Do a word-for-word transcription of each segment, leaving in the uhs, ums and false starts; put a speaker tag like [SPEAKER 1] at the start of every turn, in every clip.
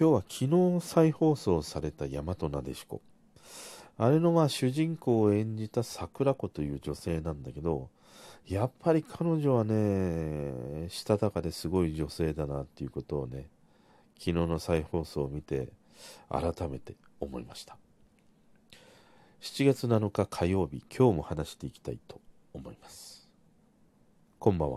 [SPEAKER 1] 今日は昨日再放送された大和なでしこ。あれのまあ主人公を演じた桜子という女性なんだけど、やっぱり彼女はね、したたかですごい女性だなっていうことをね、昨日の再放送を見て改めて思いました。しちがつなのか火曜日、今日も話していきたいと思います。こんばんは。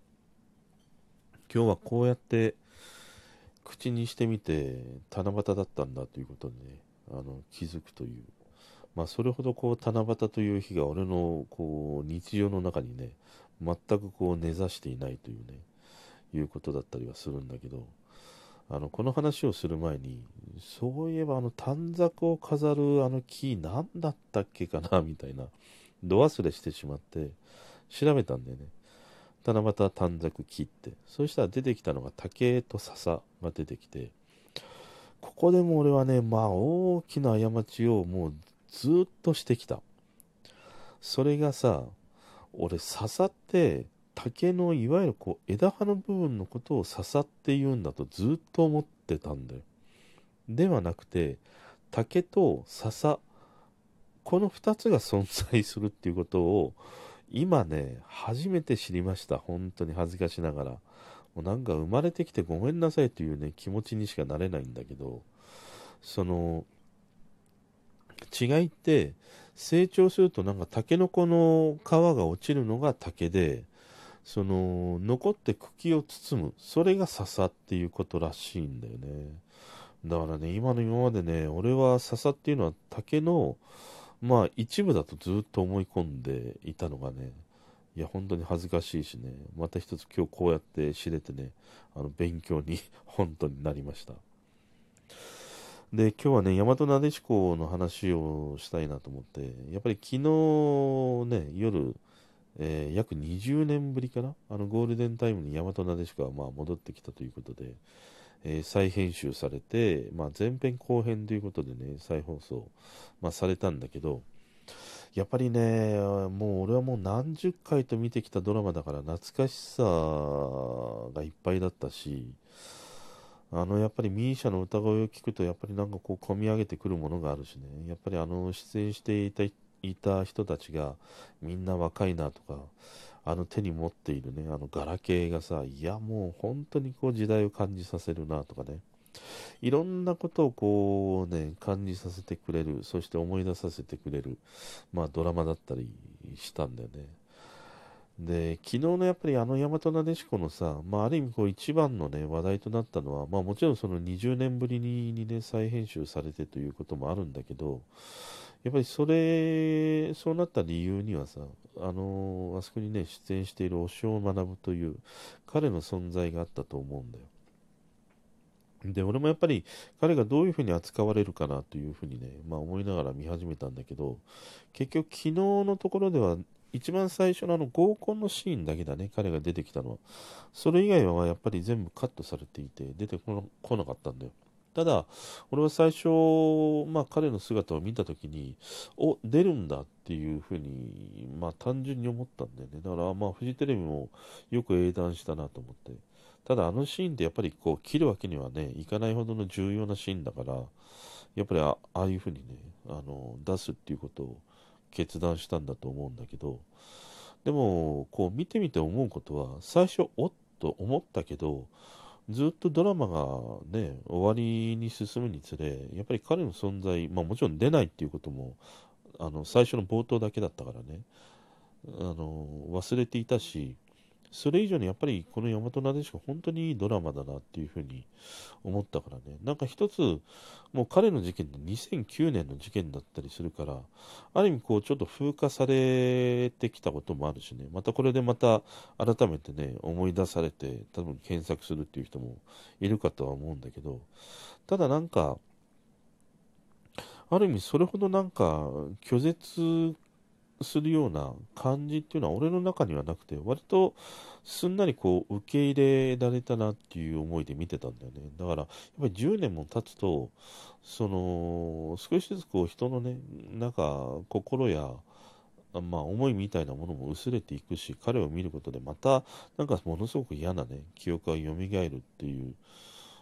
[SPEAKER 1] 今日はこうやって口にしてみて七夕だったんだということにね、あの気づくという、まあそれほどこう七夕という日が俺のこう日常の中にね、全くこう根ざしていないというね、いうことだったりはするんだけど、あのこの話をする前に、そういえばあの短冊を飾るあの木何だったっけかなみたいな、度忘れしてしまって調べたんだよね。七夕短冊木って、そうしたら出てきたのが竹と笹が出てきて、ここでも俺はね、まあ大きな過ちをもうずっとしてきた。それがさ、俺笹って竹のいわゆるこう枝葉の部分のことを笹って言うんだとずっと思ってたんだよ。ではなくて、竹と笹、このふたつが存在するっていうことを今ね、初めて知りました。本当に恥ずかしながら。もうなんか生まれてきてごめんなさいというね、気持ちにしかなれないんだけど、その違いって、成長するとなんかタケノコの皮が落ちるのが竹で、その残って茎を包む、それが笹っていうことらしいんだよね。だからね、今の今までね、俺は笹っていうのは竹のまあ一部だとずっと思い込んでいたのがね、いや本当に恥ずかしいしね、また一つ今日こうやって知れてね、あの勉強に本当になりました。で、今日はね、大和なでしこの話をしたいなと思って、やっぱり昨日ね、夜、えー約にじゅうねんぶりかな、あのゴールデンタイムに大和なでしこがまあ戻ってきたということで、えー再編集されて、まあ、前編後編ということでね、再放送、まあ、されたんだけど、やっぱりね、もう俺はもう何十回と見てきたドラマだから懐かしさがいっぱいだったし、あのやっぱりミーシャの歌声を聞くとやっぱりなんかこう込み上げてくるものがあるしね、やっぱりあの出演していたいた人たちがみんな若いなとか、あの手に持っているね、あのガラケーがさ、いやもう本当にこう時代を感じさせるなとかね、いろんなことをこうね、感じさせてくれる、そして思い出させてくれる、まあドラマだったりしたんだよね。で、昨日のやっぱりあの大和なでしこのさ、まあある意味こう一番のね、話題となったのは、まあもちろんそのにじゅうねんぶりに、にね、再編集されてということもあるんだけど、やっぱりそれ、そうなった理由にはさ、あのあそこにね、出演している押尾学という彼の存在があったと思うんだよ。で、俺もやっぱり彼がどういうふうに扱われるかなというふうにね、まあ思いながら見始めたんだけど、結局昨日のところでは一番最初のあの合コンのシーンだけだね、彼が出てきたのは。それ以外はやっぱり全部カットされていて、出てこな、来なかったんだよ。ただ、俺は最初、まあ彼の姿を見たときに、お、出るんだっていうふうに、まあ単純に思ったんだよね。だからまあフジテレビもよく英断したなと思って。ただあのシーンってやっぱりこう切るわけにはね、いかないほどの重要なシーンだから、やっぱりあ、ああいうふうにね、あの、出すっていうことを決断したんだと思うんだけど、でも、こう見てみて思うことは、最初、おっと思ったけど、ずっとドラマがね、終わりに進むにつれ、やっぱり彼の存在、まあもちろん出ないっていうことも、あの、最初の冒頭だけだったからね、あの、忘れていたし、それ以上にやっぱりこの大和なでしこ本当にいいドラマだなっていうふうに思ったからね。なんか一つ、もう彼の事件ってにせんきゅうねんの事件だったりするから、ある意味こうちょっと風化されてきたこともあるしね。またこれでまた改めてね、思い出されて多分検索するっていう人もいるかとは思うんだけど、ただなんか、ある意味それほどなんか拒絶するような感じっていうのは俺の中にはなくて、割とすんなりこう受け入れられたなっていう思いで見てたんだよね。だからやっぱりじゅうねんも経つと、その少しずつこう人のね、なんか心やまあ思いみたいなものも薄れていくし、彼を見ることでまたなんかものすごく嫌なね記憶が蘇るっていう、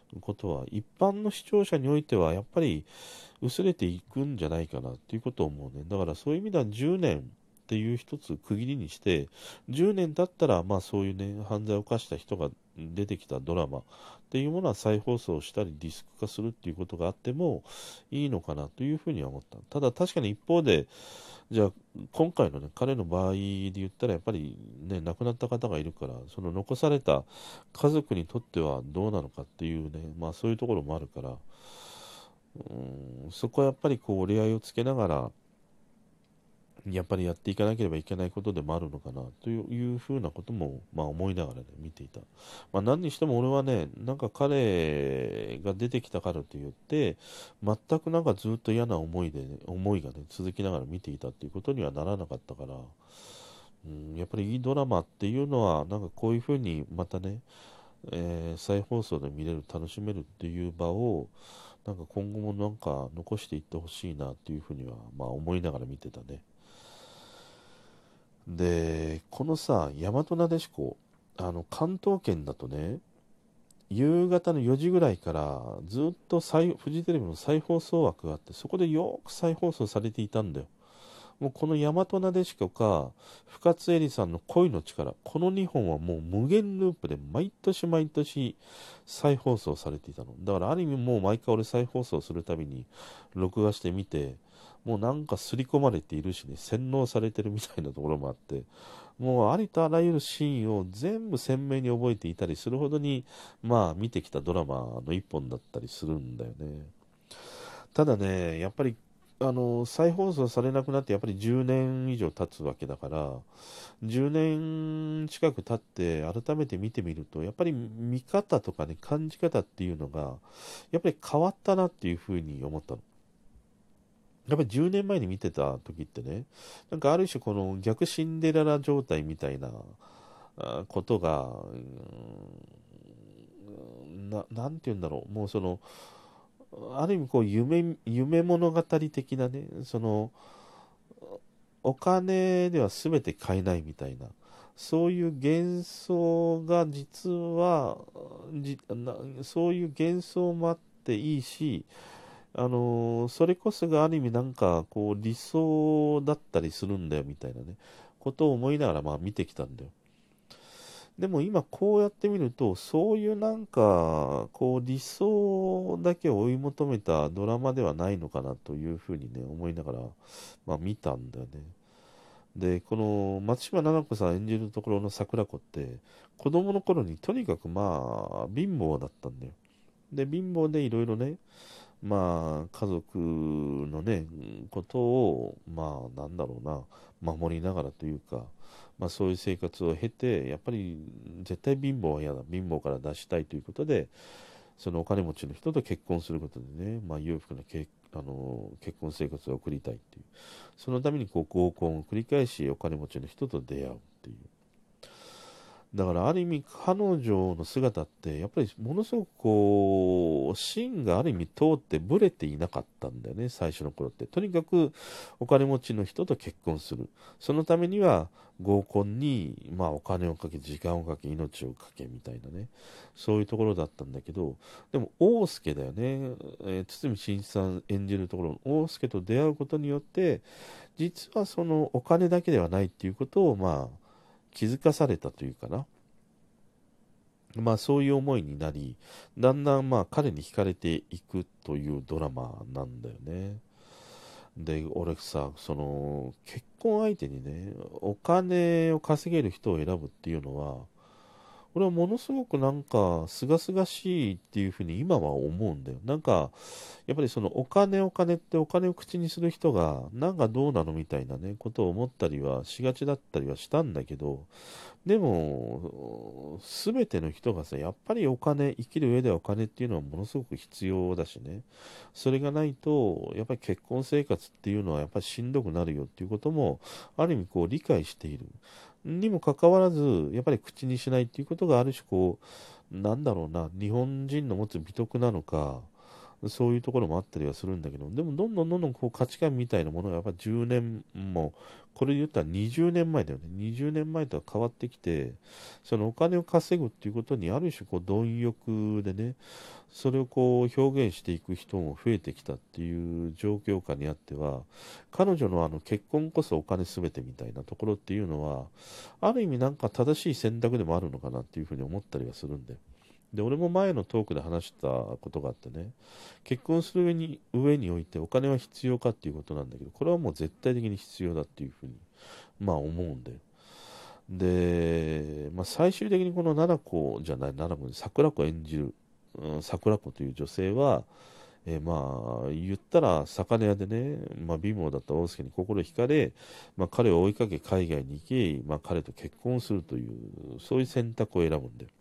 [SPEAKER 1] ことは一般の視聴者においてはやっぱり薄れていくんじゃないかなっていうことを思うね。だからそういう意味ではじゅうねんっていう一つ区切りにして、じゅうねん経ったらまあそういうね、犯罪を犯した人が出てきたドラマっていうものは再放送したりディスク化するっていうことがあってもいいのかなというふうには思った。ただ確かに一方で、じゃあ今回のね、彼の場合で言ったらやっぱりね、亡くなった方がいるから、その残された家族にとってはどうなのかっていうね、まあそういうところもあるから、うーん、そこはやっぱりこう折り合いをつけながら、やっぱりやっていかなければいけないことでもあるのかなというふうなことも、まあ、思いながら、ね、見ていた。まあ、何にしても俺はね、なんか彼が出てきたからといって、全くなんかずっと嫌な思いで、ね、思いがね、続きながら見ていたっていうことにはならなかったから、うん、やっぱりいいドラマっていうのは、なんかこういうふうにまたね、えー再放送で見れる、楽しめるっていう場を、なんか今後もなんか残していってほしいなっていうふうには、まあ思いながら見てたね。で、このさ、大和なでしこ、あの、関東圏だとね、夕方のよじぐらいからずっと再フジテレビの再放送枠があって、そこでよく再放送されていたんだよ。もうこの大和なでしこか、深津絵里さんの恋の力、このにほんはもう無限ループで毎年毎年再放送されていたの。だからある意味もう毎回俺再放送するたびに録画してみて、もうなんか刷り込まれているしね、洗脳されてるみたいなところもあって、もうありとあらゆるシーンを全部鮮明に覚えていたりするほどに、まあ見てきたドラマの一本だったりするんだよね。ただね、やっぱりあの再放送されなくなってやっぱりじゅうねん以上経つわけだから、じゅうねん近く経って改めて見てみると、やっぱり見方とかね、感じ方っていうのが、やっぱり変わったなっていうふうに思ったの。やっぱりじゅうねんまえに見てた時ってね、なんかある種この逆シンデレラ状態みたいなあことが、うん、な、なんて言うんだろう、もうその、ある意味こう夢、夢物語的なね、その、お金では全て買えないみたいな、そういう幻想が実は、じなそういう幻想もあっていいし、あのーそれこそがある意味なんかこう理想だったりするんだよみたいなね、ことを思いながらまあ見てきたんだよ。でも今こうやってみると、そういうなんか、こう理想だけを追い求めたドラマではないのかなというふうにね、思いながら、まあ見たんだよね。で、この松島菜々子さん演じるところの桜子って、子供の頃にとにかくまあ、貧乏だったんだよ。で、貧乏でいろいろね、まあ、家族のね、ことを、まあ、なんだろうな、守りながらというか、まあ、そういう生活を経て、やっぱり絶対貧乏は嫌だ、貧乏から脱したいということで、そのお金持ちの人と結婚することでね、まあ、裕福なけあの結婚生活を送りたいっていう、そのためにこう合コンを繰り返し、お金持ちの人と出会うっていう。だからある意味彼女の姿ってやっぱりものすごくこう芯がある意味通ってブレていなかったんだよね、最初の頃って。とにかくお金持ちの人と結婚する、そのためには合コンにまあお金をかけ時間をかけ命をかけみたいなね、そういうところだったんだけど、でも大助だよね、えー堤真一さん演じるところの大助と出会うことによって、実はそのお金だけではないっていうことをまあ気づかされたというかな。まあそういう思いになり、だんだんまあ彼に惹かれていくというドラマなんだよね。で、俺さ、その結婚相手にね、お金を稼げる人を選ぶっていうのは、これはものすごくなんか、すがすがしいっていうふうに今は思うんだよ。なんか、やっぱりそのお金お金ってお金を口にする人が、なんかどうなのみたいなね、ことを思ったりはしがちだったりはしたんだけど、でも、すべての人がさ、やっぱりお金、生きる上ではお金っていうのはものすごく必要だしね。それがないと、やっぱり結婚生活っていうのはやっぱりしんどくなるよっていうことも、ある意味こう理解している。にもかかわらず、やっぱり口にしないっていうことがある種こう、なんだろうな、日本人の持つ美徳なのか、 そういうところもあったりはするんだけど、でもどんどんどんどんこう価値観みたいなものがやっぱじゅうねんも、これで言ったらにじゅうねんまえだよね。にじゅうねんまえとは変わってきて、そのお金を稼ぐっていうことにある種こう貪欲でね、それをこう表現していく人も増えてきたっていう状況下にあっては、彼女のあの結婚こそお金すべてみたいなところっていうのは、ある意味なんか正しい選択でもあるのかなっていうふうに思ったりはするんで。で、俺も前のトークで話したことがあってね、結婚する上に、上においてお金は必要かっていうことなんだけど、これはもう絶対的に必要だっていうふうに、まあ思うんで。で、まあ最終的にこの七子じゃない、七子に桜子を演じる、うん、桜子という女性は、えーまあ、言ったら、魚屋でね、まあ、貧乏だった大輔に心惹かれ、まあ、彼を追いかけ海外に行き、まあ、彼と結婚するという、そういう選択を選ぶんで。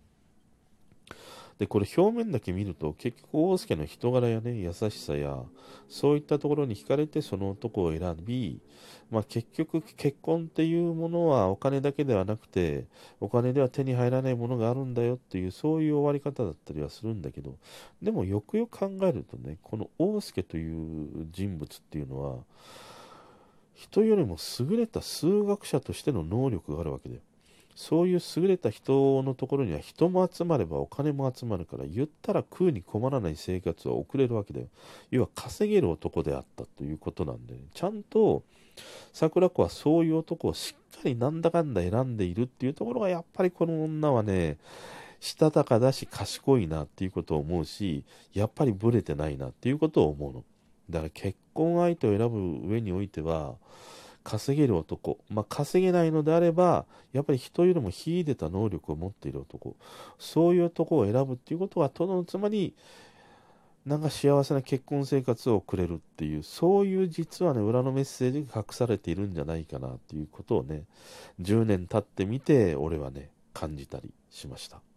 [SPEAKER 1] で、これ表面だけ見ると、結局、大輔の人柄やね、優しさや、そういったところに惹かれて、その男を選び、まあ、結局、結婚っていうものはお金だけではなくて、お金では手に入らないものがあるんだよっていう、そういう終わり方だったりはするんだけど、でも、よくよく考えるとね、この大輔という人物っていうのは、人よりも優れた数学者としての能力があるわけだよ。そういう優れた人のところには人も集まればお金も集まるから、言ったら食うに困らない生活を送れるわけだよ。要は稼げる男であったということなんで、ね、ちゃんと桜子はそういう男をしっかりなんだかんだ選んでいるっていうところが、やっぱりこの女はね、したたかだし賢いなっていうことを思うし、やっぱりブレてないなっていうことを思うの。だから結婚相手を選ぶ上においては、稼げる男、まあ、稼げないのであれば、やっぱり人よりも秀でた能力を持っている男、そういう男を選ぶっていうことは、とのつまり、なんか幸せな結婚生活を送れるっていう、そういう実はね、裏のメッセージが隠されているんじゃないかなっていうことをね、じゅうねん経ってみて、俺はね、感じたりしました。